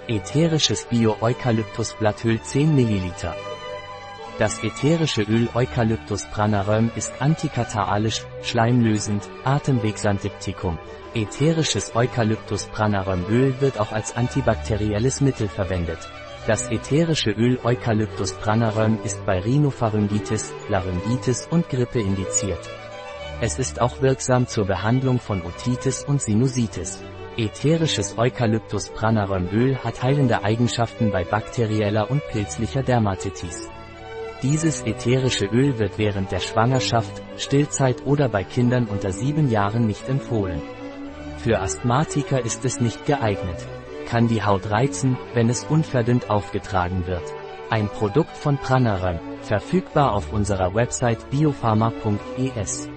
Ätherisches Bio-Eukalyptus-Blattöl 10 ml. Das ätherische Öl Eucalyptus pranarum ist antikatarrhalisch, schleimlösend, Atemwegsantiseptikum. Ätherisches Eucalyptus pranarum Öl wird auch als antibakterielles Mittel verwendet. Das ätherische Öl Eucalyptus pranarum ist bei Rhinopharyngitis, Laryngitis und Grippe indiziert. Es ist auch wirksam zur Behandlung von Otitis und Sinusitis. Ätherisches Eucalyptus pranarum Öl hat heilende Eigenschaften bei bakterieller und pilzlicher Dermatitis. Dieses ätherische Öl wird während der Schwangerschaft, Stillzeit oder bei Kindern unter 7 Jahren nicht empfohlen. Für Asthmatiker ist es nicht geeignet. Kann die Haut reizen, wenn es unverdünnt aufgetragen wird. Ein Produkt von Pranarum, verfügbar auf unserer Website biopharma.es.